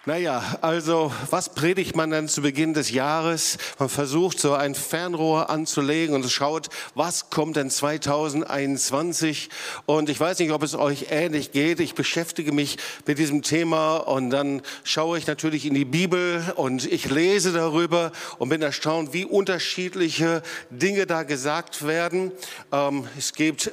Naja, also was predigt man dann zu Beginn des Jahres? Man versucht so ein Fernrohr anzulegen und schaut, was kommt denn 2021? Und ich weiß nicht, ob es euch ähnlich geht. Ich beschäftige mich mit diesem Thema und dann schaue ich natürlich in die Bibel und ich lese darüber und bin erstaunt, wie unterschiedliche Dinge da gesagt werden. Es gibt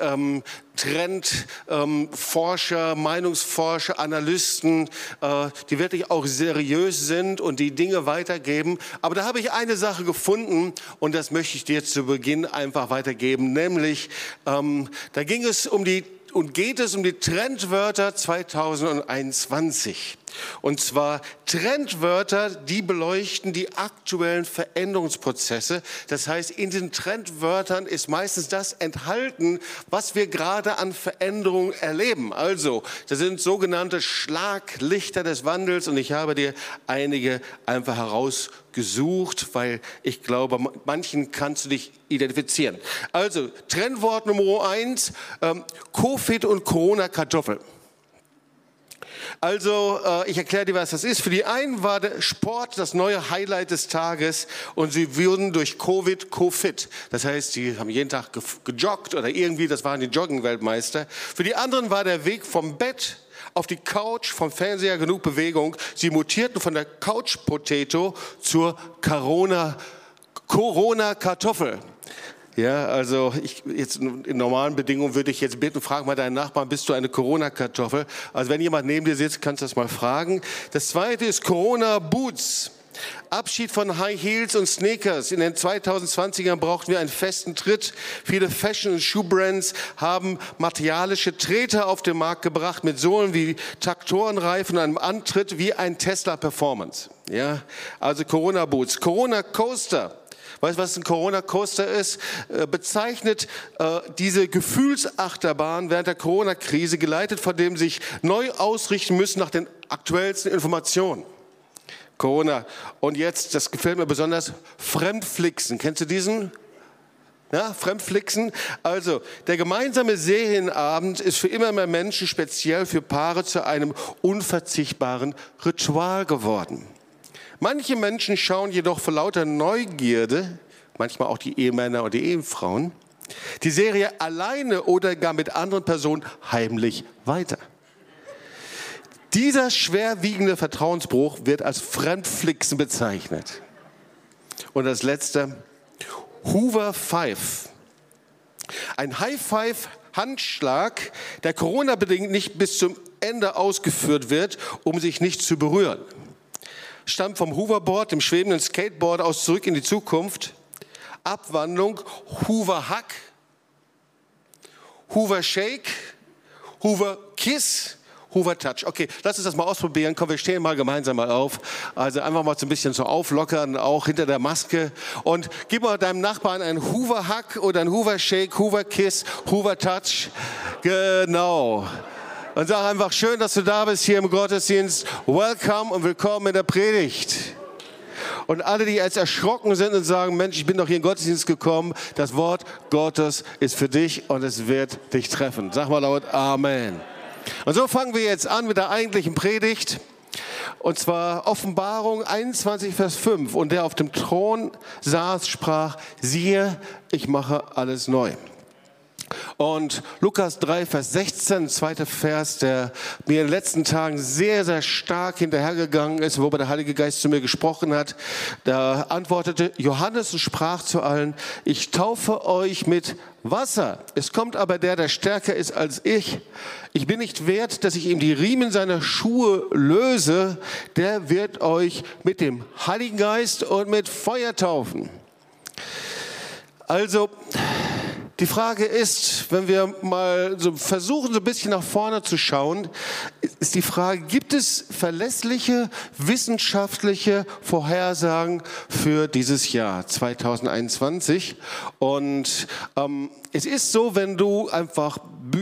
Trendforscher, Meinungsforscher, Analysten, die wirklich auch seriös sind und die Dinge weitergeben. Aber da habe ich eine Sache gefunden und das möchte ich dir zu Beginn einfach weitergeben, nämlich da geht es um die Trendwörter 2021. Und zwar Trendwörter, die beleuchten die aktuellen Veränderungsprozesse. Das heißt, in den Trendwörtern ist meistens das enthalten, was wir gerade an Veränderungen erleben. Also, das sind sogenannte Schlaglichter des Wandels und ich habe dir einige einfach herausgesucht, weil ich glaube, manchen kannst du dich identifizieren. Also, Trendwort Nummer 1, Covid und Corona-Kartoffel. Also, ich erkläre dir, was das ist. Für die einen war der Sport das neue Highlight des Tages und sie wurden durch Covid co-fit. Das heißt, sie haben jeden Tag gejoggt oder irgendwie, das waren die Joggen-Weltmeister. Für die anderen war der Weg vom Bett auf die Couch, vom Fernseher genug Bewegung. Sie mutierten von der Couch-Potato zur Corona-Kartoffel. Ja, also jetzt in normalen Bedingungen würde ich jetzt bitten, frag mal deinen Nachbarn, bist du eine Corona-Kartoffel? Also wenn jemand neben dir sitzt, kannst du das mal fragen. Das zweite ist Corona-Boots. Abschied von High Heels und Sneakers. In den 2020ern brauchten wir einen festen Tritt. Viele Fashion- und Schuhbrands haben materialische Treter auf den Markt gebracht mit Sohlen wie Traktorenreifen und einem Antritt wie ein Tesla Performance. Ja, also Corona-Boots. Corona-Coaster. Weißt du, was ein Corona-Coaster ist? Bezeichnet diese Gefühlsachterbahn während der Corona-Krise, geleitet von dem sich neu ausrichten müssen nach den aktuellsten Informationen. Corona. Und jetzt, das gefällt mir besonders, Fremdflixen. Kennst du diesen? Ja, Fremdflixen. Also, der gemeinsame Serienabend ist für immer mehr Menschen, speziell für Paare, zu einem unverzichtbaren Ritual geworden. Manche Menschen schauen jedoch vor lauter Neugierde, manchmal auch die Ehemänner und die Ehefrauen, die Serie alleine oder gar mit anderen Personen heimlich weiter. Dieser schwerwiegende Vertrauensbruch wird als Fremdflixen bezeichnet. Und das letzte, Hoover Five. Ein High-Five-Handschlag, der Corona-bedingt nicht bis zum Ende ausgeführt wird, um sich nicht zu berühren. Stammt vom Hoverboard, dem schwebenden Skateboard aus Zurück in die Zukunft. Abwandlung, Hoover Hug, Hoover Shake, Hoover Kiss, Hoover Touch. Okay, lass uns das mal ausprobieren. Komm, wir stehen mal gemeinsam mal auf. Also einfach mal so ein bisschen so auflockern, auch hinter der Maske. Und gib mal deinem Nachbarn einen Hoover Hug oder einen Hoover Shake, Hoover Kiss, Hoover Touch. Genau. Und sag einfach, schön, dass du da bist hier im Gottesdienst. Welcome und willkommen in der Predigt. Und alle, die jetzt erschrocken sind und sagen, Mensch, ich bin doch hier in den Gottesdienst gekommen, das Wort Gottes ist für dich und es wird dich treffen. Sag mal laut Amen. Und so fangen wir jetzt an mit der eigentlichen Predigt. Und zwar Offenbarung 21, Vers 5. Und der auf dem Thron saß, sprach, siehe, ich mache alles neu. Und Lukas 3, Vers 16, zweiter Vers, der mir in den letzten Tagen sehr, sehr stark hinterhergegangen ist, wobei der Heilige Geist zu mir gesprochen hat. Da antwortete Johannes und sprach zu allen, ich taufe euch mit Wasser. Es kommt aber der stärker ist als ich. Ich bin nicht wert, dass ich ihm die Riemen seiner Schuhe löse. Der wird euch mit dem Heiligen Geist und mit Feuer taufen. Also, die Frage ist, wenn wir mal so versuchen, so ein bisschen nach vorne zu schauen, ist die Frage, gibt es verlässliche wissenschaftliche Vorhersagen für dieses Jahr 2021? Und es ist so, wenn du einfach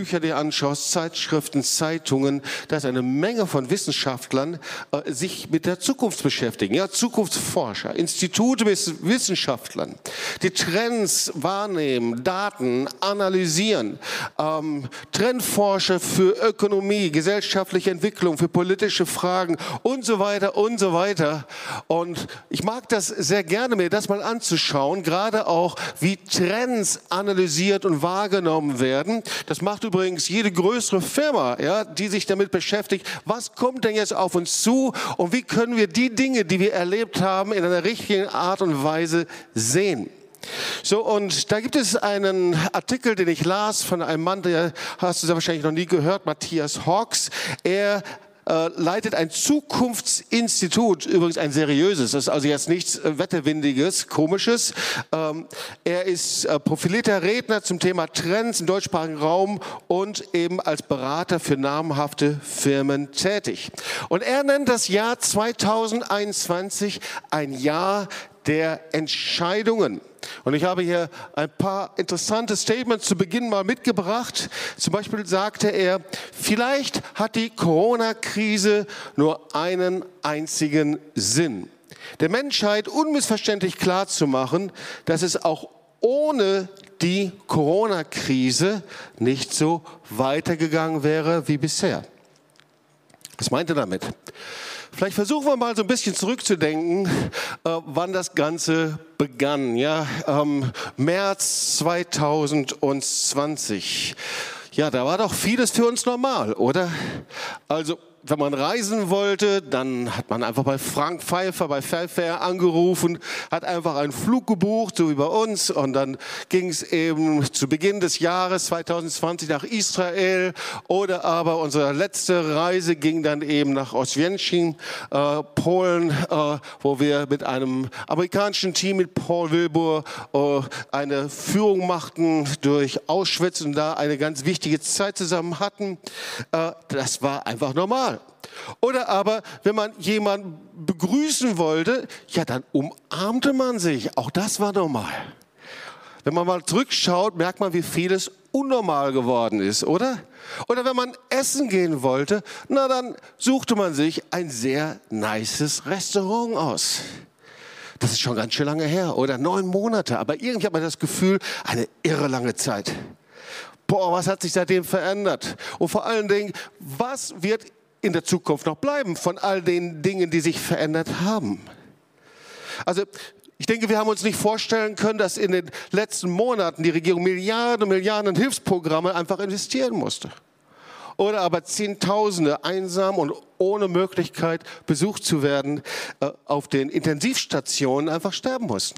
Bücher dir anschaust, Zeitschriften, Zeitungen, da ist eine Menge von Wissenschaftlern, sich mit der Zukunft beschäftigen. Ja, Zukunftsforscher, Institute mit Wissenschaftlern, die Trends wahrnehmen, Daten analysieren, Trendforscher für Ökonomie, gesellschaftliche Entwicklung, für politische Fragen und so weiter und so weiter. Und ich mag das sehr gerne, mir das mal anzuschauen, gerade auch, wie Trends analysiert und wahrgenommen werden. Das macht übrigens jede größere Firma, ja, die sich damit beschäftigt, was kommt denn jetzt auf uns zu und wie können wir die Dinge, die wir erlebt haben, in einer richtigen Art und Weise sehen. So, und da gibt es einen Artikel, den ich las von einem Mann, der hast du ja wahrscheinlich noch nie gehört, Matthias Hawkes. Er leitet ein Zukunftsinstitut, übrigens ein seriöses, das ist also jetzt nichts Wettewindiges, Komisches. Er ist profilierter Redner zum Thema Trends im deutschsprachigen Raum und eben als Berater für namhafte Firmen tätig. Und er nennt das Jahr 2021 ein Jahr der Entscheidungen. Und ich habe hier ein paar interessante Statements zu Beginn mal mitgebracht. Zum Beispiel sagte er, vielleicht hat die Corona-Krise nur einen einzigen Sinn: der Menschheit unmissverständlich klarzumachen, dass es auch ohne die Corona-Krise nicht so weitergegangen wäre wie bisher. Was meint er damit? Vielleicht versuchen wir mal so ein bisschen zurückzudenken, wann das Ganze begann. Ja, März 2020. Ja, da war doch vieles für uns normal, oder? Also, wenn man reisen wollte, dann hat man einfach bei Frank Pfeiffer, bei Fairfair angerufen, hat einfach einen Flug gebucht, so wie bei uns. Und dann ging es eben zu Beginn des Jahres 2020 nach Israel. Oder aber unsere letzte Reise ging dann eben nach Oswiecim, Polen, wo wir mit einem amerikanischen Team, mit Paul Wilbur, eine Führung machten durch Auschwitz und da eine ganz wichtige Zeit zusammen hatten. Das war einfach normal. Oder aber, wenn man jemanden begrüßen wollte, ja, dann umarmte man sich. Auch das war normal. Wenn man mal zurückschaut, merkt man, wie vieles unnormal geworden ist, oder? Oder wenn man essen gehen wollte, na dann suchte man sich ein sehr nices Restaurant aus. Das ist schon ganz schön lange her, oder 9 Monate. Aber irgendwie hat man das Gefühl, eine irre lange Zeit. Boah, was hat sich seitdem verändert? Und vor allen Dingen, was wird in der Zukunft noch bleiben von all den Dingen, die sich verändert haben? Also ich denke, wir haben uns nicht vorstellen können, dass in den letzten Monaten die Regierung Milliarden und Milliarden Hilfsprogramme einfach investieren musste. Oder aber Zehntausende einsam und ohne Möglichkeit besucht zu werden auf den Intensivstationen einfach sterben mussten.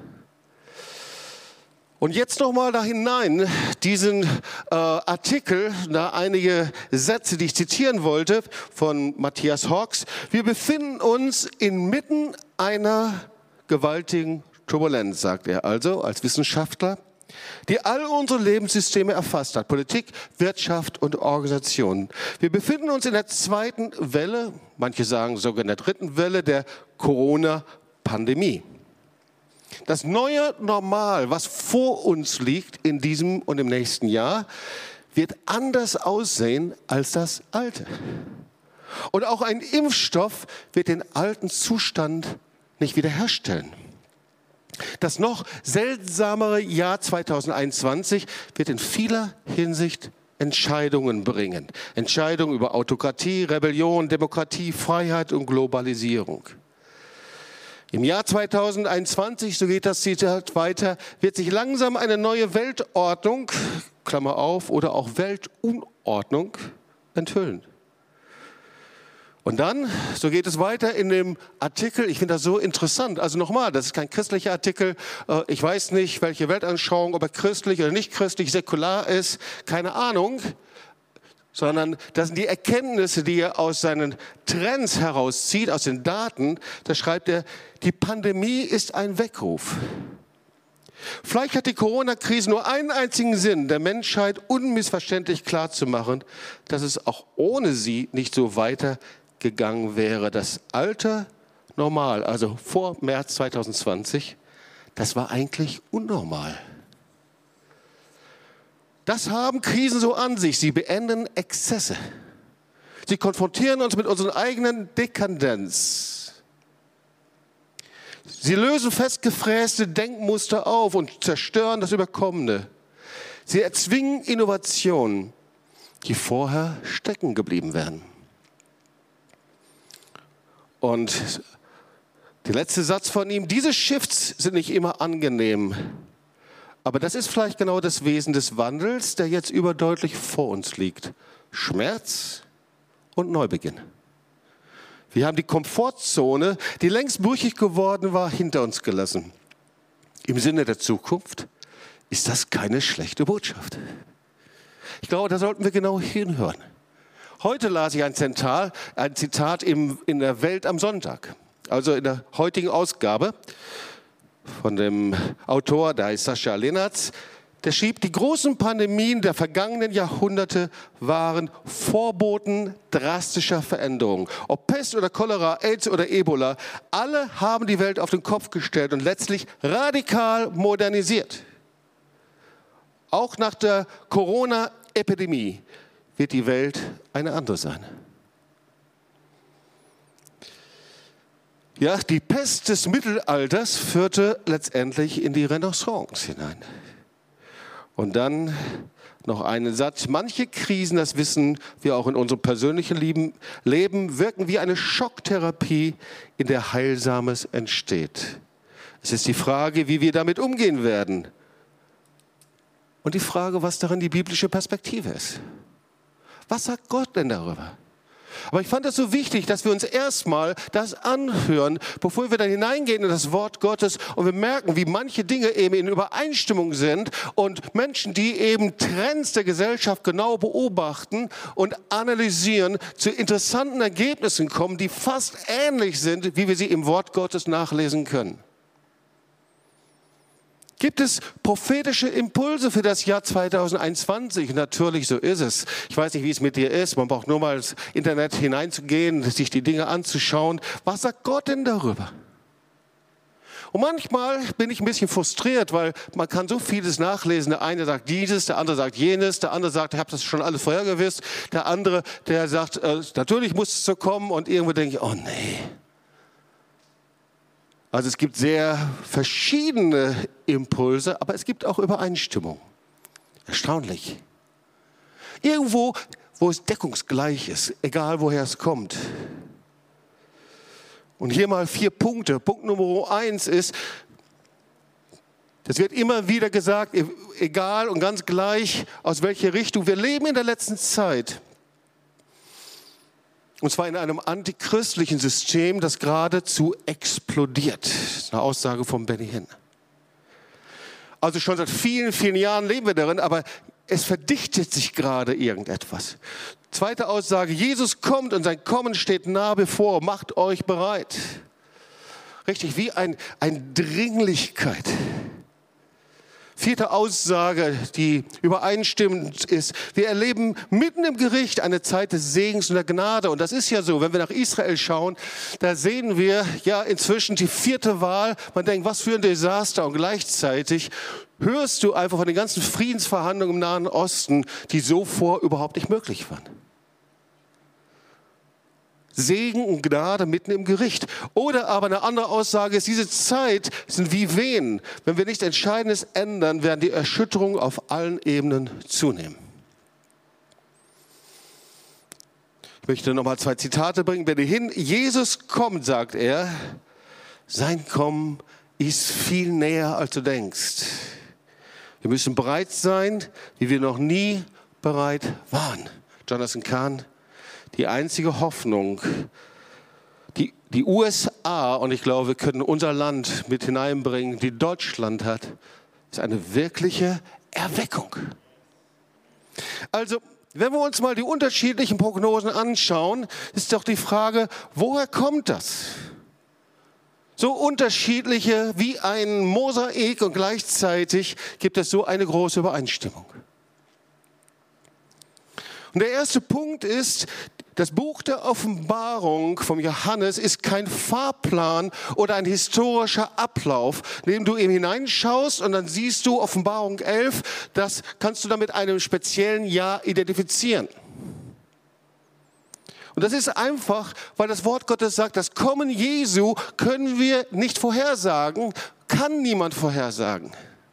Und jetzt nochmal da hinein, diesen Artikel, da einige Sätze, die ich zitieren wollte, von Matthias Hawkes. Wir befinden uns inmitten einer gewaltigen Turbulenz, sagt er also als Wissenschaftler, die all unsere Lebenssysteme erfasst hat, Politik, Wirtschaft und Organisation. Wir befinden uns in der zweiten Welle, manche sagen sogar in der dritten Welle der Corona-Pandemie. Das neue Normal, was vor uns liegt in diesem und im nächsten Jahr, wird anders aussehen als das alte. Und auch ein Impfstoff wird den alten Zustand nicht wiederherstellen. Das noch seltsamere Jahr 2021 wird in vieler Hinsicht Entscheidungen bringen. Entscheidungen über Autokratie, Rebellion, Demokratie, Freiheit und Globalisierung. Im Jahr 2021, so geht das Zitat weiter, wird sich langsam eine neue Weltordnung, Klammer auf, oder auch Weltunordnung enthüllen. Und dann, so geht es weiter in dem Artikel, ich finde das so interessant, also nochmal, das ist kein christlicher Artikel, ich weiß nicht, welche Weltanschauung, ob er christlich oder nicht christlich, säkular ist, keine Ahnung, sondern das sind die Erkenntnisse, die er aus seinen Trends herauszieht, aus den Daten. Da schreibt er, die Pandemie ist ein Weckruf. Vielleicht hat die Corona-Krise nur einen einzigen Sinn, der Menschheit unmissverständlich klarzumachen, dass es auch ohne sie nicht so weitergegangen wäre. Das alte Normal, also vor März 2020, das war eigentlich unnormal. Das haben Krisen so an sich. Sie beenden Exzesse. Sie konfrontieren uns mit unserer eigenen Dekadenz. Sie lösen festgefräste Denkmuster auf und zerstören das Überkommene. Sie erzwingen Innovationen, die vorher stecken geblieben wären. Und der letzte Satz von ihm: Diese Shifts sind nicht immer angenehm. Aber das ist vielleicht genau das Wesen des Wandels, der jetzt überdeutlich vor uns liegt. Schmerz und Neubeginn. Wir haben die Komfortzone, die längst brüchig geworden war, hinter uns gelassen. Im Sinne der Zukunft ist das keine schlechte Botschaft. Ich glaube, da sollten wir genau hinhören. Heute las ich ein Zitat in der Welt am Sonntag, also in der heutigen Ausgabe, von dem Autor, der heißt Sascha Lenartz. Der schrieb: Die großen Pandemien der vergangenen Jahrhunderte waren Vorboten drastischer Veränderungen. Ob Pest oder Cholera, AIDS oder Ebola, alle haben die Welt auf den Kopf gestellt und letztlich radikal modernisiert. Auch nach der Corona-Epidemie wird die Welt eine andere sein. Ja, die Pest des Mittelalters führte letztendlich in die Renaissance hinein. Und dann noch einen Satz: Manche Krisen, das wissen wir auch in unserem persönlichen Leben, wirken wie eine Schocktherapie, in der Heilsames entsteht. Es ist die Frage, wie wir damit umgehen werden. Und die Frage, was darin die biblische Perspektive ist. Was sagt Gott denn darüber? Aber ich fand es so wichtig, dass wir uns erstmal das anhören, bevor wir dann hineingehen in das Wort Gottes und wir merken, wie manche Dinge eben in Übereinstimmung sind und Menschen, die eben Trends der Gesellschaft genau beobachten und analysieren, zu interessanten Ergebnissen kommen, die fast ähnlich sind, wie wir sie im Wort Gottes nachlesen können. Gibt es prophetische Impulse für das Jahr 2021? Natürlich, so ist es. Ich weiß nicht, wie es mit dir ist. Man braucht nur mal ins Internet hineinzugehen, sich die Dinge anzuschauen. Was sagt Gott denn darüber? Und manchmal bin ich ein bisschen frustriert, weil man kann so vieles nachlesen. Der eine sagt dieses, der andere sagt jenes, der andere sagt, ich habe das schon alles vorher gewusst. Der andere, der sagt, natürlich muss es so kommen. Und irgendwo denke ich, oh nee. Also es gibt sehr verschiedene Impulse, aber es gibt auch Übereinstimmung. Erstaunlich. Irgendwo, wo es deckungsgleich ist, egal woher es kommt. Und hier mal 4 Punkte. Punkt Nummer 1 ist, das wird immer wieder gesagt, egal und ganz gleich, aus welcher Richtung. Wir leben in der letzten Zeit. Und zwar in einem antichristlichen System, das geradezu explodiert. Das ist eine Aussage von Benny Hinn. Also schon seit vielen, vielen Jahren leben wir darin, aber es verdichtet sich gerade irgendetwas. Zweite Aussage: Jesus kommt und sein Kommen steht nahe bevor. Macht euch bereit. Richtig, wie eine Dringlichkeit. 4. Aussage, die übereinstimmend ist: Wir erleben mitten im Gericht eine Zeit des Segens und der Gnade. Und das ist ja so, wenn wir nach Israel schauen, da sehen wir ja inzwischen die 4. Wahl. Man denkt, was für ein Desaster. Und gleichzeitig hörst du einfach von den ganzen Friedensverhandlungen im Nahen Osten, die so überhaupt nicht möglich waren. Segen und Gnade mitten im Gericht. Oder aber eine andere Aussage ist, diese Zeit sind wie Wehen. Wenn wir nichts Entscheidendes ändern, werden die Erschütterungen auf allen Ebenen zunehmen. Ich möchte nochmal 2 Zitate bringen. Benny Hinn: Jesus kommt, sagt er. Sein Kommen ist viel näher, als du denkst. Wir müssen bereit sein, wie wir noch nie bereit waren. Jonathan Cahn: Die einzige Hoffnung, die USA, und ich glaube, wir können unser Land mit hineinbringen, die Deutschland hat, ist eine wirkliche Erweckung. Also, wenn wir uns mal die unterschiedlichen Prognosen anschauen, ist doch die Frage, woher kommt das? So unterschiedliche wie ein Mosaik und gleichzeitig gibt es so eine große Übereinstimmung. Und der erste Punkt ist, Das Buch der Offenbarung vom Johannes ist kein Fahrplan oder ein historischer Ablauf, in dem du eben hineinschaust und dann siehst du Offenbarung 11, das kannst du dann mit einem speziellen Jahr identifizieren. Und das ist einfach, weil das Wort Gottes sagt, das Kommen Jesu können wir nicht vorhersagen, kann niemand vorhersagen.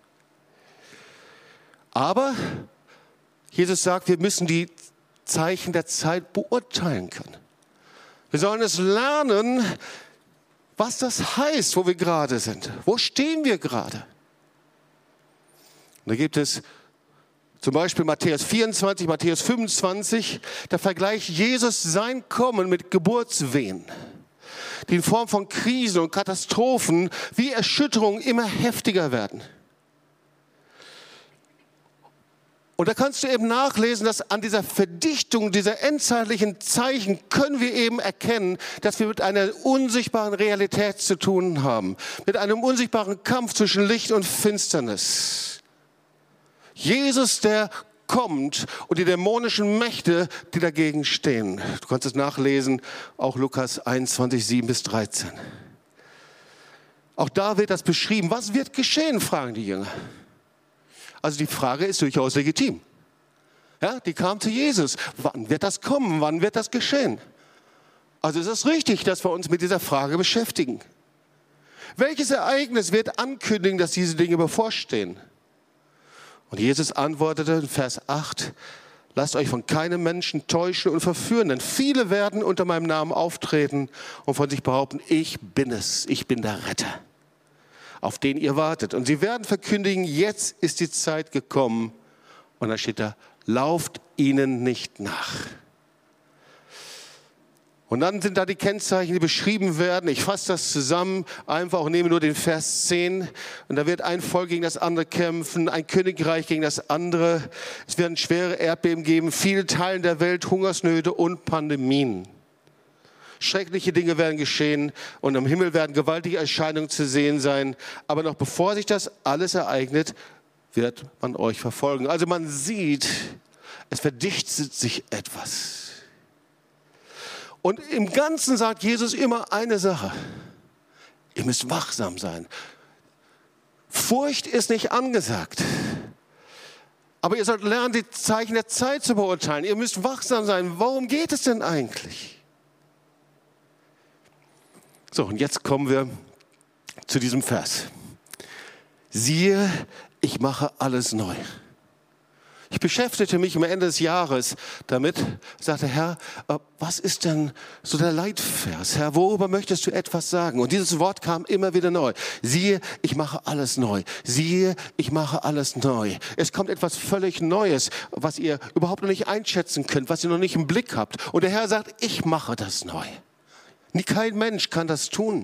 Aber Jesus sagt, wir müssen die Zeichen der Zeit beurteilen können. Wir sollen es lernen, was das heißt, wo wir gerade sind. Wo stehen wir gerade? Und da gibt es zum Beispiel Matthäus 24, Matthäus 25, da vergleicht Jesus sein Kommen mit Geburtswehen, die in Form von Krisen und Katastrophen wie Erschütterungen immer heftiger werden. Und da kannst du eben nachlesen, dass an dieser Verdichtung dieser endzeitlichen Zeichen können wir eben erkennen, dass wir mit einer unsichtbaren Realität zu tun haben. Mit einem unsichtbaren Kampf zwischen Licht und Finsternis. Jesus, der kommt und die dämonischen Mächte, die dagegen stehen. Du kannst es nachlesen, auch Lukas 21, 7-13. Auch da wird das beschrieben. Was wird geschehen, fragen die Jünger. Also die Frage ist durchaus legitim. Ja, die kam zu Jesus. Wann wird das kommen? Wann wird das geschehen? Also es ist richtig, dass wir uns mit dieser Frage beschäftigen. Welches Ereignis wird ankündigen, dass diese Dinge bevorstehen? Und Jesus antwortete in Vers 8, lasst euch von keinem Menschen täuschen und verführen, denn viele werden unter meinem Namen auftreten und von sich behaupten, ich bin es, ich bin der Retter, auf den ihr wartet. Und sie werden verkündigen, jetzt ist die Zeit gekommen. Und dann steht da, lauft ihnen nicht nach. Und dann sind da die Kennzeichen, die beschrieben werden. Ich fasse das zusammen, einfach nehme nur den Vers 10. Und da wird ein Volk gegen das andere kämpfen, ein Königreich gegen das andere. Es werden schwere Erdbeben geben, vielen Teilen der Welt Hungersnöte und Pandemien. Schreckliche Dinge werden geschehen und am Himmel werden gewaltige Erscheinungen zu sehen sein. Aber noch bevor sich das alles ereignet, wird man euch verfolgen. Also man sieht, es verdichtet sich etwas. Und im Ganzen sagt Jesus immer eine Sache. Ihr müsst wachsam sein. Furcht ist nicht angesagt. Aber ihr sollt lernen, die Zeichen der Zeit zu beurteilen. Ihr müsst wachsam sein. Worum geht es denn eigentlich? So, und jetzt kommen wir zu diesem Vers. Siehe, ich mache alles neu. Ich beschäftigte mich am Ende des Jahres damit, sagte, Herr, was ist denn so der Leitvers? Herr, worüber möchtest du etwas sagen? Und dieses Wort kam immer wieder neu. Siehe, ich mache alles neu. Siehe, ich mache alles neu. Es kommt etwas völlig Neues, was ihr überhaupt noch nicht einschätzen könnt, was ihr noch nicht im Blick habt. Und der Herr sagt, ich mache das neu. Kein Mensch kann das tun.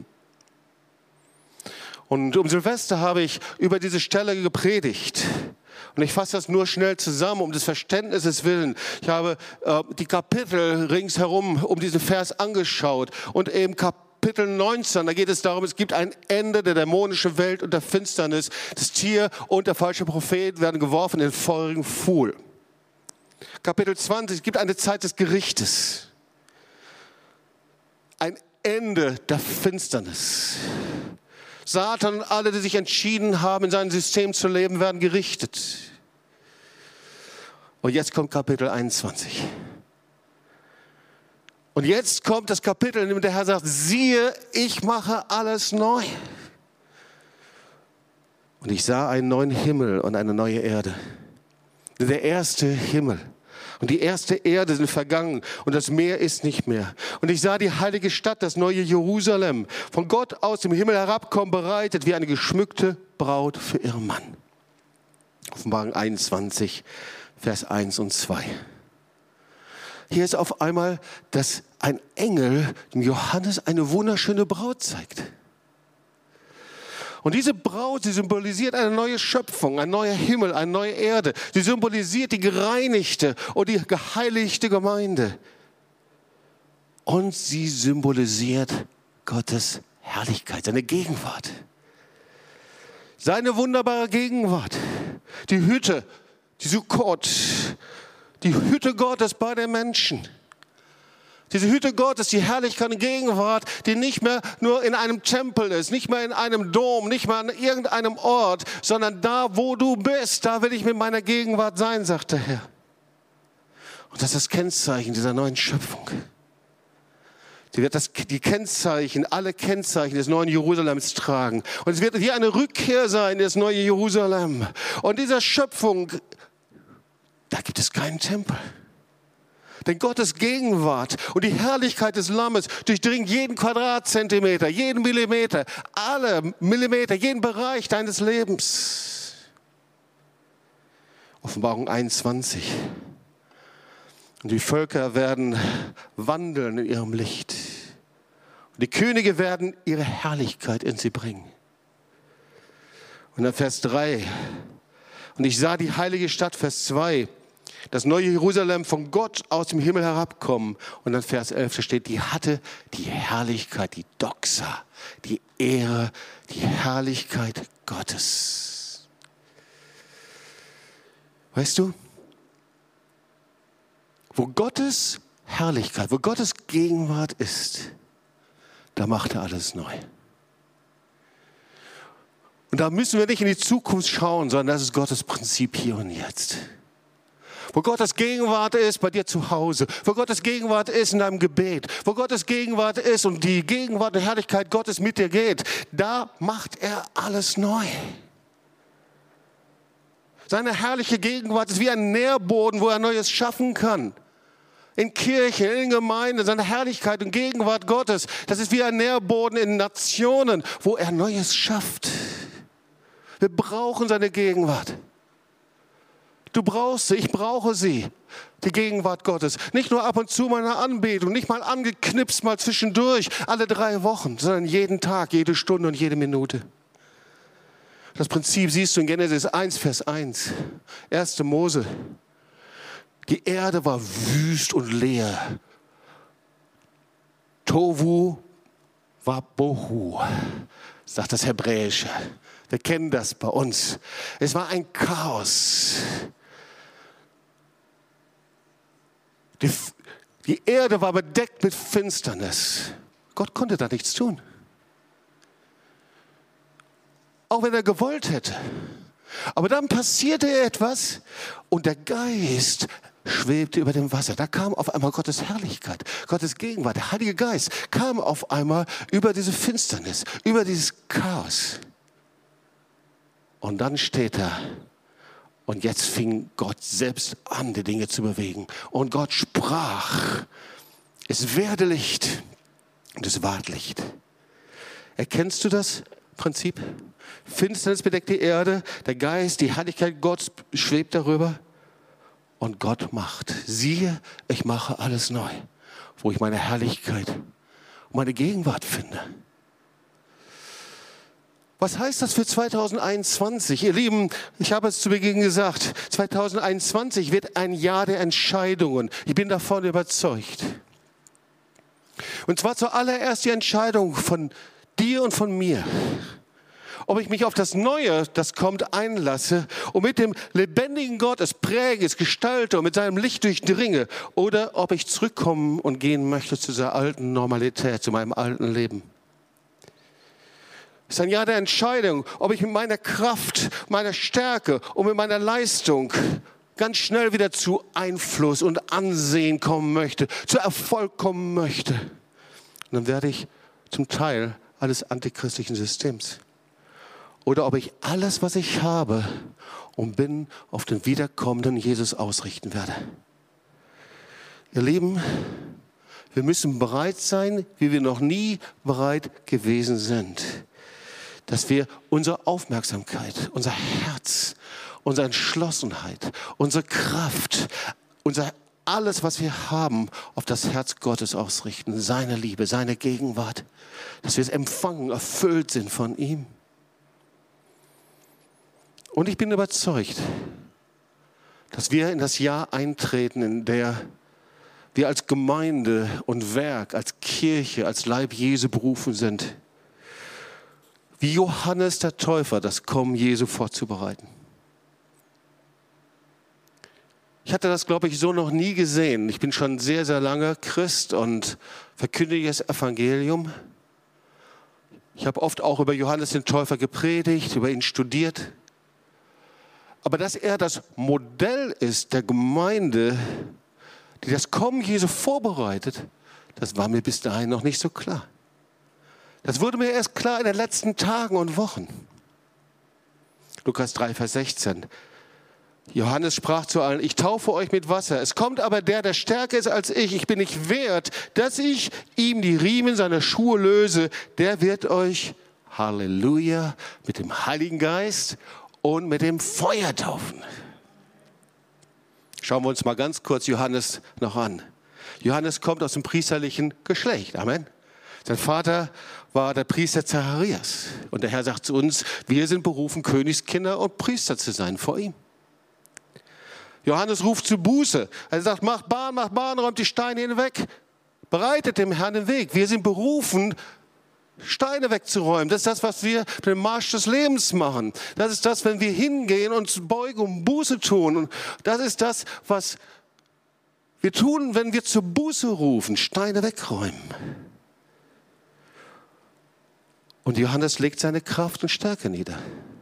Und um Silvester habe ich über diese Stelle gepredigt. Und ich fasse das nur schnell zusammen, um des Verständnisses willen. Ich habe die Kapitel ringsherum um diesen Vers angeschaut. Und eben Kapitel 19, da geht es darum, es gibt ein Ende der dämonischen Welt und der Finsternis. Das Tier und der falsche Prophet werden geworfen in den feurigen Pfuhl. Kapitel 20, es gibt eine Zeit des Gerichtes. Ein Ende der Finsternis. Satan und alle, die sich entschieden haben, in seinem System zu leben, werden gerichtet. Und jetzt kommt Kapitel 21. Und jetzt kommt das Kapitel, in dem der Herr sagt, siehe, ich mache alles neu. Und ich sah einen neuen Himmel und eine neue Erde. Der erste Himmel und die erste Erde sind vergangen und das Meer ist nicht mehr. Und ich sah die heilige Stadt, das neue Jerusalem, von Gott aus dem Himmel herabkommen, bereitet wie eine geschmückte Braut für ihren Mann. Offenbarung 21, Vers 1 und 2. Hier ist auf einmal, dass ein Engel dem Johannes eine wunderschöne Braut zeigt. Und diese Braut, sie symbolisiert eine neue Schöpfung, ein neuer Himmel, eine neue Erde. Sie symbolisiert die gereinigte und die geheiligte Gemeinde. Und sie symbolisiert Gottes Herrlichkeit, seine Gegenwart. Seine wunderbare Gegenwart. Die Hütte, die Sukkot, die Hütte Gottes bei den Menschen. Diese Hütte Gottes, die Herrlichkeit und Gegenwart, die nicht mehr nur in einem Tempel ist, nicht mehr in einem Dom, nicht mehr an irgendeinem Ort, sondern da, wo du bist, da will ich mit meiner Gegenwart sein, sagt der Herr. Und das ist das Kennzeichen dieser neuen Schöpfung. Sie wird alle Kennzeichen des neuen Jerusalems tragen. Und es wird wie eine Rückkehr sein, in das neue Jerusalem. Und dieser Schöpfung, da gibt es keinen Tempel. Denn Gottes Gegenwart und die Herrlichkeit des Lammes durchdringt jeden Quadratzentimeter, jeden Millimeter, alle Millimeter, jeden Bereich deines Lebens. Offenbarung 21. Und die Völker werden wandeln in ihrem Licht. Und die Könige werden ihre Herrlichkeit in sie bringen. Und dann Vers 3. Und ich sah die heilige Stadt, Vers 2. Das neue Jerusalem von Gott aus dem Himmel herabkommen. Und dann Vers 11, da steht, die hatte die Herrlichkeit, die Doxa, die Ehre, die Herrlichkeit Gottes. Weißt du, wo Gottes Herrlichkeit, wo Gottes Gegenwart ist, da macht er alles neu. Und da müssen wir nicht in die Zukunft schauen, sondern das ist Gottes Prinzip hier und jetzt. Wo Gottes Gegenwart ist bei dir zu Hause, wo Gottes Gegenwart ist in deinem Gebet, wo Gottes Gegenwart ist und die Gegenwart und Herrlichkeit Gottes mit dir geht, da macht er alles neu. Seine herrliche Gegenwart ist wie ein Nährboden, wo er Neues schaffen kann. In Kirchen, in Gemeinden, seine Herrlichkeit und Gegenwart Gottes, das ist wie ein Nährboden in Nationen, wo er Neues schafft. Wir brauchen seine Gegenwart. Du brauchst sie, ich brauche sie, die Gegenwart Gottes. Nicht nur ab und zu mal eine Anbetung, nicht mal angeknipst, mal zwischendurch, alle 3 Wochen, sondern jeden Tag, jede Stunde und jede Minute. Das Prinzip siehst du in Genesis 1, Vers 1, 1. Mose. Die Erde war wüst und leer. Tohu war Bohu, sagt das Hebräische. Wir kennen das bei uns. Es war ein Chaos. Die Erde war bedeckt mit Finsternis. Gott konnte da nichts tun. Auch wenn er gewollt hätte. Aber dann passierte etwas und der Geist schwebte über dem Wasser. Da kam auf einmal Gottes Herrlichkeit, Gottes Gegenwart. Der Heilige Geist kam auf einmal über diese Finsternis, über dieses Chaos. Und dann steht da, und jetzt fing Gott selbst an, die Dinge zu bewegen. Und Gott sprach, es werde Licht und es ward Licht. Erkennst du das Prinzip? Finsternis bedeckt die Erde, der Geist, die Herrlichkeit Gottes schwebt darüber. Und Gott macht, siehe, ich mache alles neu, wo ich meine Herrlichkeit und meine Gegenwart finde. Was heißt das für 2021? Ihr Lieben, ich habe es zu Beginn gesagt, 2021 wird ein Jahr der Entscheidungen. Ich bin davon überzeugt. Und zwar zuallererst die Entscheidung von dir und von mir. Ob ich mich auf das Neue, das kommt, einlasse und mit dem lebendigen Gott es präge, es gestalte und mit seinem Licht durchdringe. Oder ob ich zurückkommen und gehen möchte zu dieser alten Normalität, zu meinem alten Leben. Es ist ein Jahr der Entscheidung, ob ich mit meiner Kraft, meiner Stärke und mit meiner Leistung ganz schnell wieder zu Einfluss und Ansehen kommen möchte, zu Erfolg kommen möchte. Und dann werde ich zum Teil eines antichristlichen Systems. Oder ob ich alles, was ich habe und bin, auf den wiederkommenden Jesus ausrichten werde. Ihr Lieben, wir müssen bereit sein, wie wir noch nie bereit gewesen sind. Dass wir unsere Aufmerksamkeit, unser Herz, unsere Entschlossenheit, unsere Kraft, alles, was wir haben, auf das Herz Gottes ausrichten. Seine Liebe, seine Gegenwart. Dass wir es empfangen, erfüllt sind von ihm. Und ich bin überzeugt, dass wir in das Jahr eintreten, in der wir als Gemeinde und Werk, als Kirche, als Leib Jesu berufen sind, wie Johannes der Täufer das Kommen Jesu vorzubereiten. Ich hatte das, glaube ich, so noch nie gesehen. Ich bin schon sehr, sehr lange Christ und verkündige das Evangelium. Ich habe oft auch über Johannes den Täufer gepredigt, über ihn studiert. Aber dass er das Modell ist der Gemeinde, die das Kommen Jesu vorbereitet, das war mir bis dahin noch nicht so klar. Das wurde mir erst klar in den letzten Tagen und Wochen. Lukas 3, Vers 16. Johannes sprach zu allen, ich taufe euch mit Wasser. Es kommt aber der stärker ist als ich. Ich bin nicht wert, dass ich ihm die Riemen seiner Schuhe löse. Der wird euch, Halleluja, mit dem Heiligen Geist und mit dem Feuer taufen. Schauen wir uns mal ganz kurz Johannes noch an. Johannes kommt aus dem priesterlichen Geschlecht. Amen. Sein Vater war der Priester Zacharias. Und der Herr sagt zu uns, wir sind berufen, Königskinder und Priester zu sein vor ihm. Johannes ruft zu Buße. Er sagt, macht Bahn, räumt die Steine hinweg. Bereitet dem Herrn den Weg. Wir sind berufen, Steine wegzuräumen. Das ist das, was wir mit dem Marsch des Lebens machen. Das ist das, wenn wir hingehen und beugen und Buße tun. Und das ist das, was wir tun, wenn wir zur Buße rufen, Steine wegräumen. Und Johannes legt seine Kraft und Stärke nieder.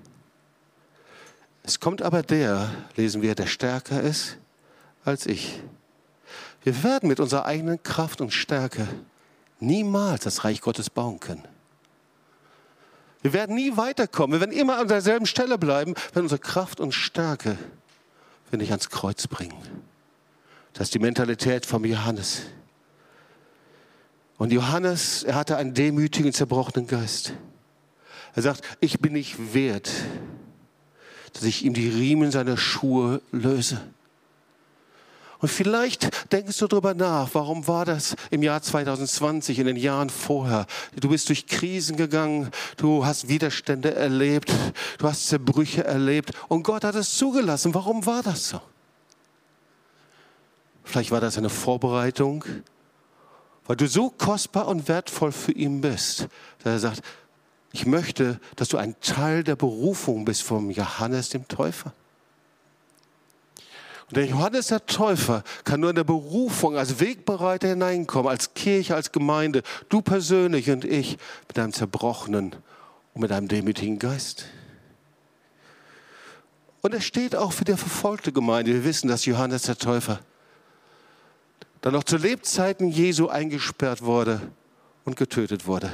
Es kommt aber der, lesen wir, der stärker ist als ich. Wir werden mit unserer eigenen Kraft und Stärke niemals das Reich Gottes bauen können. Wir werden nie weiterkommen. Wir werden immer an derselben Stelle bleiben, wenn unsere Kraft und Stärke wir nicht ans Kreuz bringen. Das ist die Mentalität von Johannes. Und Johannes, er hatte einen demütigen, zerbrochenen Geist. Er sagt, ich bin nicht wert, dass ich ihm die Riemen seiner Schuhe löse. Und vielleicht denkst du darüber nach, warum war das im Jahr 2020, in den Jahren vorher? Du bist durch Krisen gegangen, du hast Widerstände erlebt, du hast Zerbrüche erlebt und Gott hat es zugelassen. Warum war das so? Vielleicht war das eine Vorbereitung, weil du so kostbar und wertvoll für ihn bist, dass er sagt, ich möchte, dass du ein Teil der Berufung bist vom Johannes dem Täufer. Und der Johannes der Täufer kann nur in der Berufung als Wegbereiter hineinkommen, als Kirche, als Gemeinde, du persönlich und ich mit einem zerbrochenen und mit einem demütigen Geist. Und er steht auch für die verfolgte Gemeinde. Wir wissen, dass Johannes der Täufer dann noch zu Lebzeiten Jesu eingesperrt wurde und getötet wurde.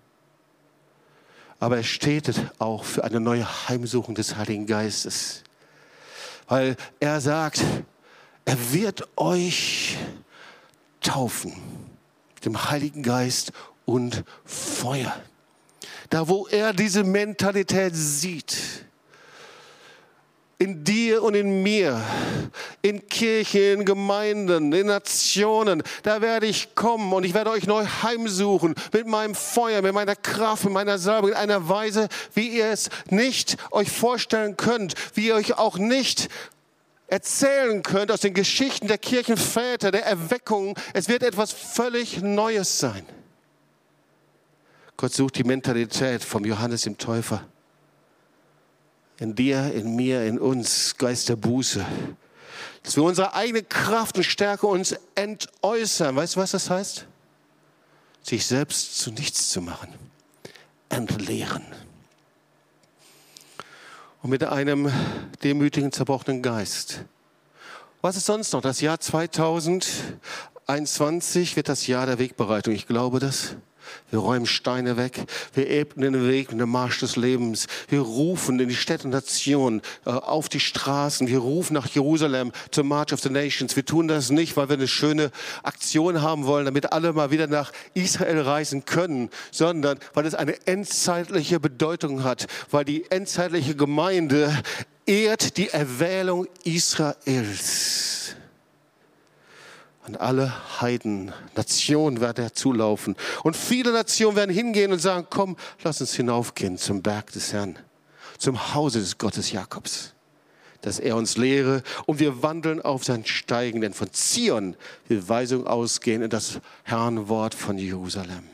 Aber er steht auch für eine neue Heimsuchung des Heiligen Geistes. Weil er sagt, er wird euch taufen mit dem Heiligen Geist und Feuer. Da, wo er diese Mentalität sieht, in dir und in mir, in Kirchen, in Gemeinden, in Nationen, da werde ich kommen und ich werde euch neu heimsuchen mit meinem Feuer, mit meiner Kraft, mit meiner Salbung, in einer Weise, wie ihr es nicht euch vorstellen könnt, wie ihr euch auch nicht erzählen könnt aus den Geschichten der Kirchenväter, der Erweckung. Es wird etwas völlig Neues sein. Gott sucht die Mentalität vom Johannes dem Täufer. In dir, in mir, in uns, Geist der Buße. Dass wir unsere eigene Kraft und Stärke uns entäußern. Weißt du, was das heißt? Sich selbst zu nichts zu machen. Entleeren. Und mit einem demütigen, zerbrochenen Geist. Was ist sonst noch? Das Jahr 2021 wird das Jahr der Wegbereitung. Ich glaube das. Wir räumen Steine weg, wir ebnen den Weg mit dem Marsch des Lebens. Wir rufen in die Städte und Nationen, auf die Straßen. Wir rufen nach Jerusalem zum March of the Nations. Wir tun das nicht, weil wir eine schöne Aktion haben wollen, damit alle mal wieder nach Israel reisen können, sondern weil es eine endzeitliche Bedeutung hat, weil die endzeitliche Gemeinde ehrt die Erwählung Israels. Und alle Heiden, Nationen werden dazulaufen. Und viele Nationen werden hingehen und sagen, komm, lass uns hinaufgehen zum Berg des Herrn, zum Hause des Gottes Jakobs, dass er uns lehre und wir wandeln auf sein Steigen, denn von Zion will Weisung ausgehen in das Herrnwort von Jerusalem.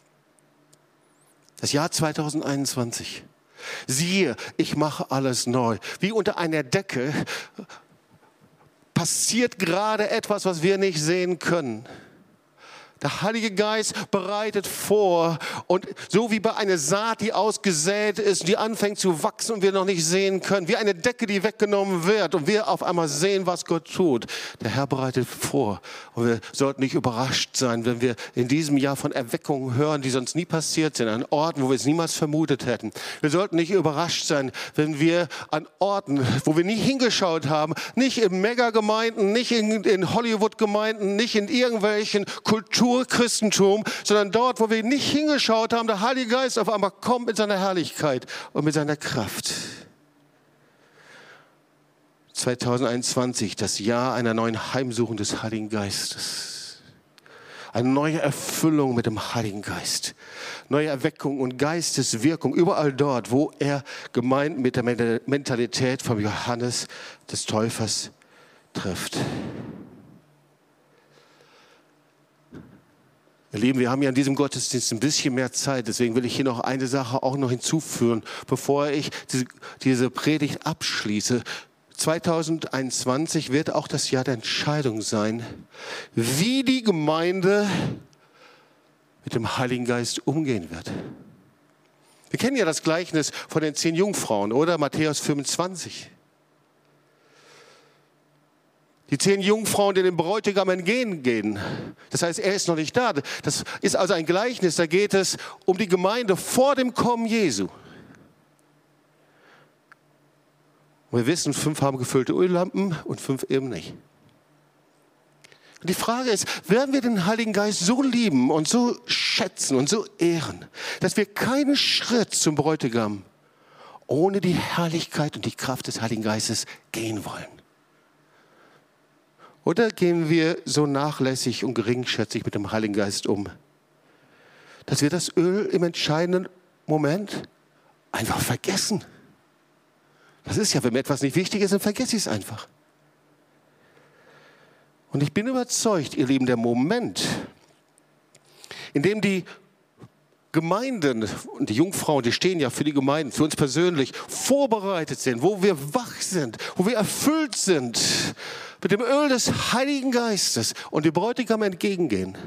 Das Jahr 2021. Siehe, ich mache alles neu. Wie unter einer Decke passiert gerade etwas, was wir nicht sehen können. Der Heilige Geist bereitet vor und so wie bei einer Saat, die ausgesät ist, die anfängt zu wachsen und wir noch nicht sehen können, wie eine Decke, die weggenommen wird und wir auf einmal sehen, was Gott tut. Der Herr bereitet vor und wir sollten nicht überrascht sein, wenn wir in diesem Jahr von Erweckungen hören, die sonst nie passiert sind, an Orten, wo wir es niemals vermutet hätten. Wir sollten nicht überrascht sein, wenn wir an Orten, wo wir nie hingeschaut haben, nicht in Megagemeinden, nicht in Hollywood-Gemeinden, nicht in irgendwelchen Christentum, sondern dort, wo wir nicht hingeschaut haben, der Heilige Geist auf einmal kommt mit seiner Herrlichkeit und mit seiner Kraft. 2021, das Jahr einer neuen Heimsuchung des Heiligen Geistes. Eine neue Erfüllung mit dem Heiligen Geist. Neue Erweckung und Geisteswirkung überall dort, wo er Gemeinden mit der Mentalität von Johannes des Täufers trifft. Ihr Lieben, wir haben ja in diesem Gottesdienst ein bisschen mehr Zeit, deswegen will ich hier noch eine Sache auch noch hinzufügen, bevor ich diese Predigt abschließe. 2021 wird auch das Jahr der Entscheidung sein, wie die Gemeinde mit dem Heiligen Geist umgehen wird. Wir kennen ja das Gleichnis von den 10 Jungfrauen, oder? Matthäus 25. Die 10 Jungfrauen, die dem Bräutigam entgegengehen. Das heißt, er ist noch nicht da. Das ist also ein Gleichnis, da geht es um die Gemeinde vor dem Kommen Jesu. Und wir wissen, 5 haben gefüllte Öllampen und 5 eben nicht. Und die Frage ist, werden wir den Heiligen Geist so lieben und so schätzen und so ehren, dass wir keinen Schritt zum Bräutigam ohne die Herrlichkeit und die Kraft des Heiligen Geistes gehen wollen? Oder gehen wir so nachlässig und geringschätzig mit dem Heiligen Geist um, dass wir das Öl im entscheidenden Moment einfach vergessen? Das ist ja, wenn mir etwas nicht wichtig ist, dann vergesse ich es einfach. Und ich bin überzeugt, ihr Lieben, der Moment, in dem die Gemeinden und die Jungfrauen, die stehen ja für die Gemeinden, für uns persönlich, vorbereitet sind, wo wir wach sind, wo wir erfüllt sind mit dem Öl des Heiligen Geistes und dem Bräutigam entgegengehen.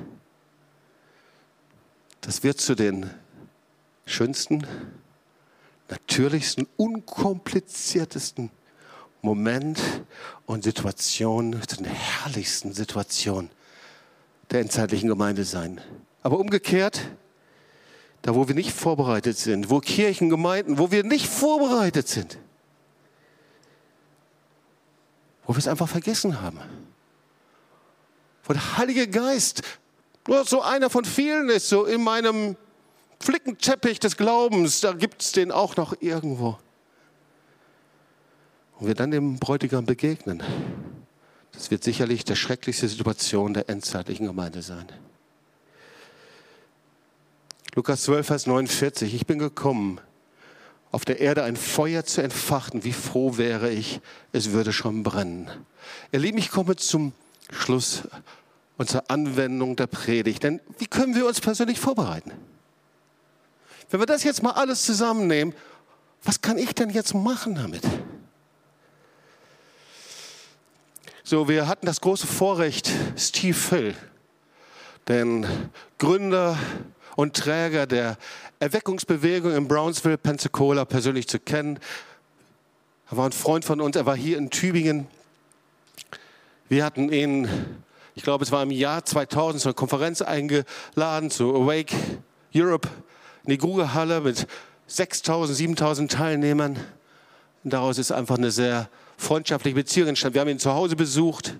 Das wird zu den schönsten, natürlichsten, unkompliziertesten Moment und Situation, zu den herrlichsten Situationen der endzeitlichen Gemeinde sein. Aber umgekehrt, da wo wir nicht vorbereitet sind, wo Kirchen, Gemeinden, wo wir nicht vorbereitet sind, wo wir es einfach vergessen haben. Wo der Heilige Geist nur so einer von vielen ist, so in meinem Flickenteppich des Glaubens, da gibt es den auch noch irgendwo. Und wir dann dem Bräutigam begegnen. Das wird sicherlich die schrecklichste Situation der endzeitlichen Gemeinde sein. Lukas 12, Vers 49. Ich bin gekommen, auf der Erde ein Feuer zu entfachen. Wie froh wäre ich, es würde schon brennen. Ihr Lieben, ich komme zum Schluss und zur Anwendung der Predigt. Denn wie können wir uns persönlich vorbereiten? Wenn wir das jetzt mal alles zusammennehmen, was kann ich denn jetzt machen damit? So, wir hatten das große Vorrecht, Steve Hill, den Gründer und Träger der Erweckungsbewegung in Brownsville, Pensacola, persönlich zu kennen. Er war ein Freund von uns, er war hier in Tübingen. Wir hatten ihn, ich glaube, es war im Jahr 2000 zu einer Konferenz eingeladen, zu Awake Europe, in die Grugehalle mit 6.000, 7.000 Teilnehmern. Und daraus ist einfach eine sehr freundschaftliche Beziehung entstanden. Wir haben ihn zu Hause besucht.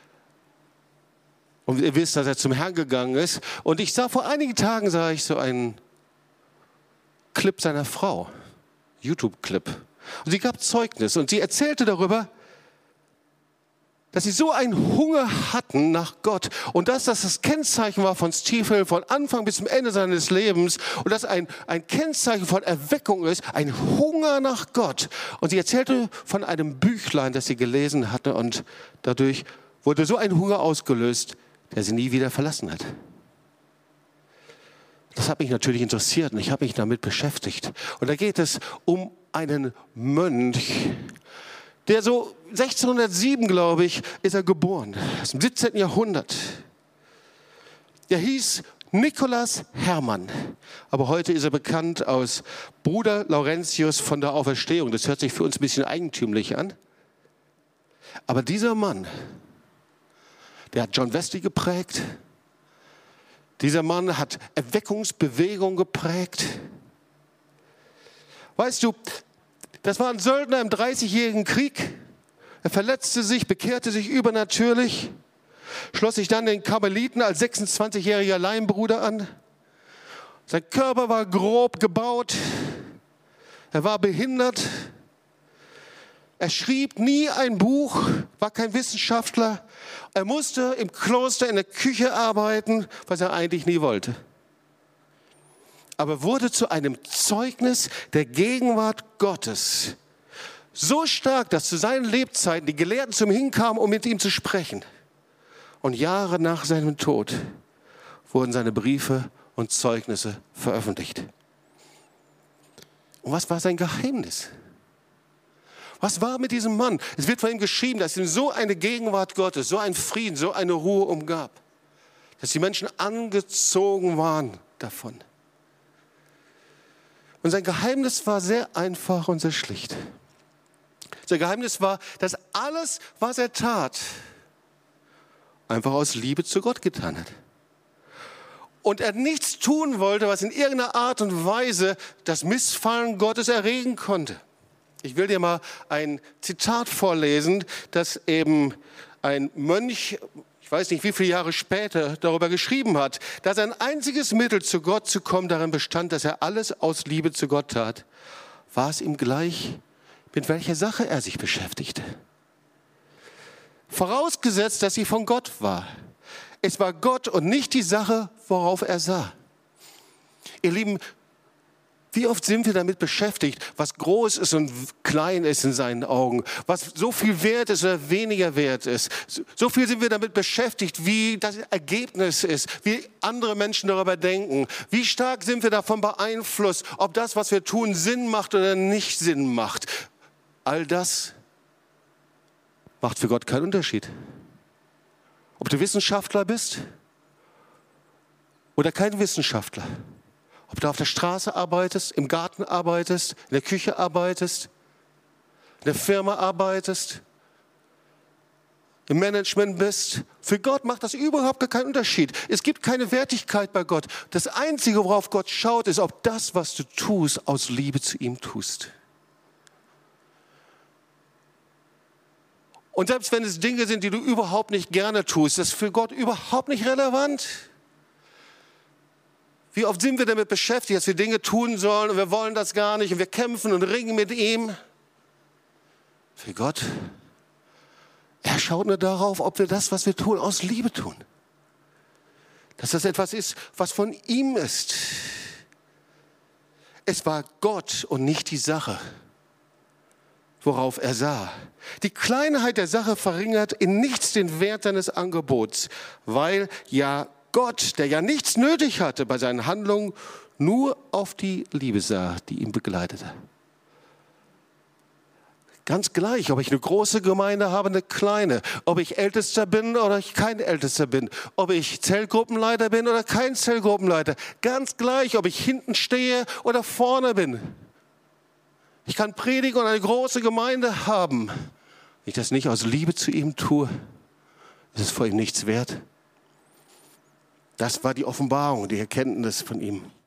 Und ihr wisst, dass er zum Herrn gegangen ist. Und vor einigen Tagen sah ich so einen Clip seiner Frau, YouTube-Clip. Und sie gab Zeugnis und sie erzählte darüber, dass sie so einen Hunger hatten nach Gott und dass das das Kennzeichen war von Steve Hill von Anfang bis zum Ende seines Lebens und dass ein Kennzeichen von Erweckung ist, ein Hunger nach Gott. Und sie erzählte von einem Büchlein, das sie gelesen hatte und dadurch wurde so ein Hunger ausgelöst, der sie nie wieder verlassen hat. Das hat mich natürlich interessiert und ich habe mich damit beschäftigt. Und da geht es um einen Mönch, der so 1607, glaube ich, ist er geboren, aus dem 17. Jahrhundert. Der hieß Nikolaus Hermann, aber heute ist er bekannt als Bruder Laurentius von der Auferstehung. Das hört sich für uns ein bisschen eigentümlich an. Aber dieser Mann, der hat John Wesley geprägt. Dieser Mann hat Erweckungsbewegung geprägt. Weißt du, das war ein Söldner im 30-jährigen Krieg. Er verletzte sich, bekehrte sich übernatürlich, schloss sich dann den Karmeliten als 26-jähriger Laienbruder an. Sein Körper war grob gebaut. Er war behindert. Er schrieb nie ein Buch, war kein Wissenschaftler. Er musste im Kloster in der Küche arbeiten, was er eigentlich nie wollte. Aber wurde zu einem Zeugnis der Gegenwart Gottes. So stark, dass zu seinen Lebzeiten die Gelehrten zu ihm hinkamen, um mit ihm zu sprechen. Und Jahre nach seinem Tod wurden seine Briefe und Zeugnisse veröffentlicht. Und was war sein Geheimnis? Was war mit diesem Mann? Es wird von ihm geschrieben, dass ihm so eine Gegenwart Gottes, so ein Frieden, so eine Ruhe umgab, dass die Menschen angezogen waren davon. Und sein Geheimnis war sehr einfach und sehr schlicht. Sein Geheimnis war, dass alles, was er tat, einfach aus Liebe zu Gott getan hat. Und er nichts tun wollte, was in irgendeiner Art und Weise das Missfallen Gottes erregen konnte. Ich will dir mal ein Zitat vorlesen, das eben ein Mönch, ich weiß nicht wie viele Jahre später, darüber geschrieben hat, dass ein einziges Mittel, zu Gott zu kommen, darin bestand, dass er alles aus Liebe zu Gott tat. War es ihm gleich, mit welcher Sache er sich beschäftigte. Vorausgesetzt, dass sie von Gott war. Es war Gott und nicht die Sache, worauf er sah. Ihr Lieben, wie oft sind wir damit beschäftigt, was groß ist und klein ist in seinen Augen, was so viel wert ist oder weniger wert ist. So viel sind wir damit beschäftigt, wie das Ergebnis ist, wie andere Menschen darüber denken. Wie stark sind wir davon beeinflusst, ob das, was wir tun, Sinn macht oder nicht Sinn macht. All das macht für Gott keinen Unterschied. Ob du Wissenschaftler bist oder kein Wissenschaftler. Ob du auf der Straße arbeitest, im Garten arbeitest, in der Küche arbeitest, in der Firma arbeitest, im Management bist. Für Gott macht das überhaupt gar keinen Unterschied. Es gibt keine Wertigkeit bei Gott. Das Einzige, worauf Gott schaut, ist, ob das, was du tust, aus Liebe zu ihm tust. Und selbst wenn es Dinge sind, die du überhaupt nicht gerne tust, das ist für Gott überhaupt nicht relevant. Wie oft sind wir damit beschäftigt, dass wir Dinge tun sollen und wir wollen das gar nicht und wir kämpfen und ringen mit ihm. Für Gott, er schaut nur darauf, ob wir das, was wir tun, aus Liebe tun. Dass das etwas ist, was von ihm ist. Es war Gott und nicht die Sache, worauf er sah. Die Kleinheit der Sache verringert in nichts den Wert seines Angebots, weil ja Gott, der ja nichts nötig hatte bei seinen Handlungen, nur auf die Liebe sah, die ihn begleitete. Ganz gleich, ob ich eine große Gemeinde habe, eine kleine, ob ich Ältester bin oder ich kein Ältester bin, ob ich Zellgruppenleiter bin oder kein Zellgruppenleiter. Ganz gleich, ob ich hinten stehe oder vorne bin. Ich kann predigen und eine große Gemeinde haben. Wenn ich das nicht aus Liebe zu ihm tue, ist es vor ihm nichts wert. Das war die Offenbarung, die Erkenntnis von ihm.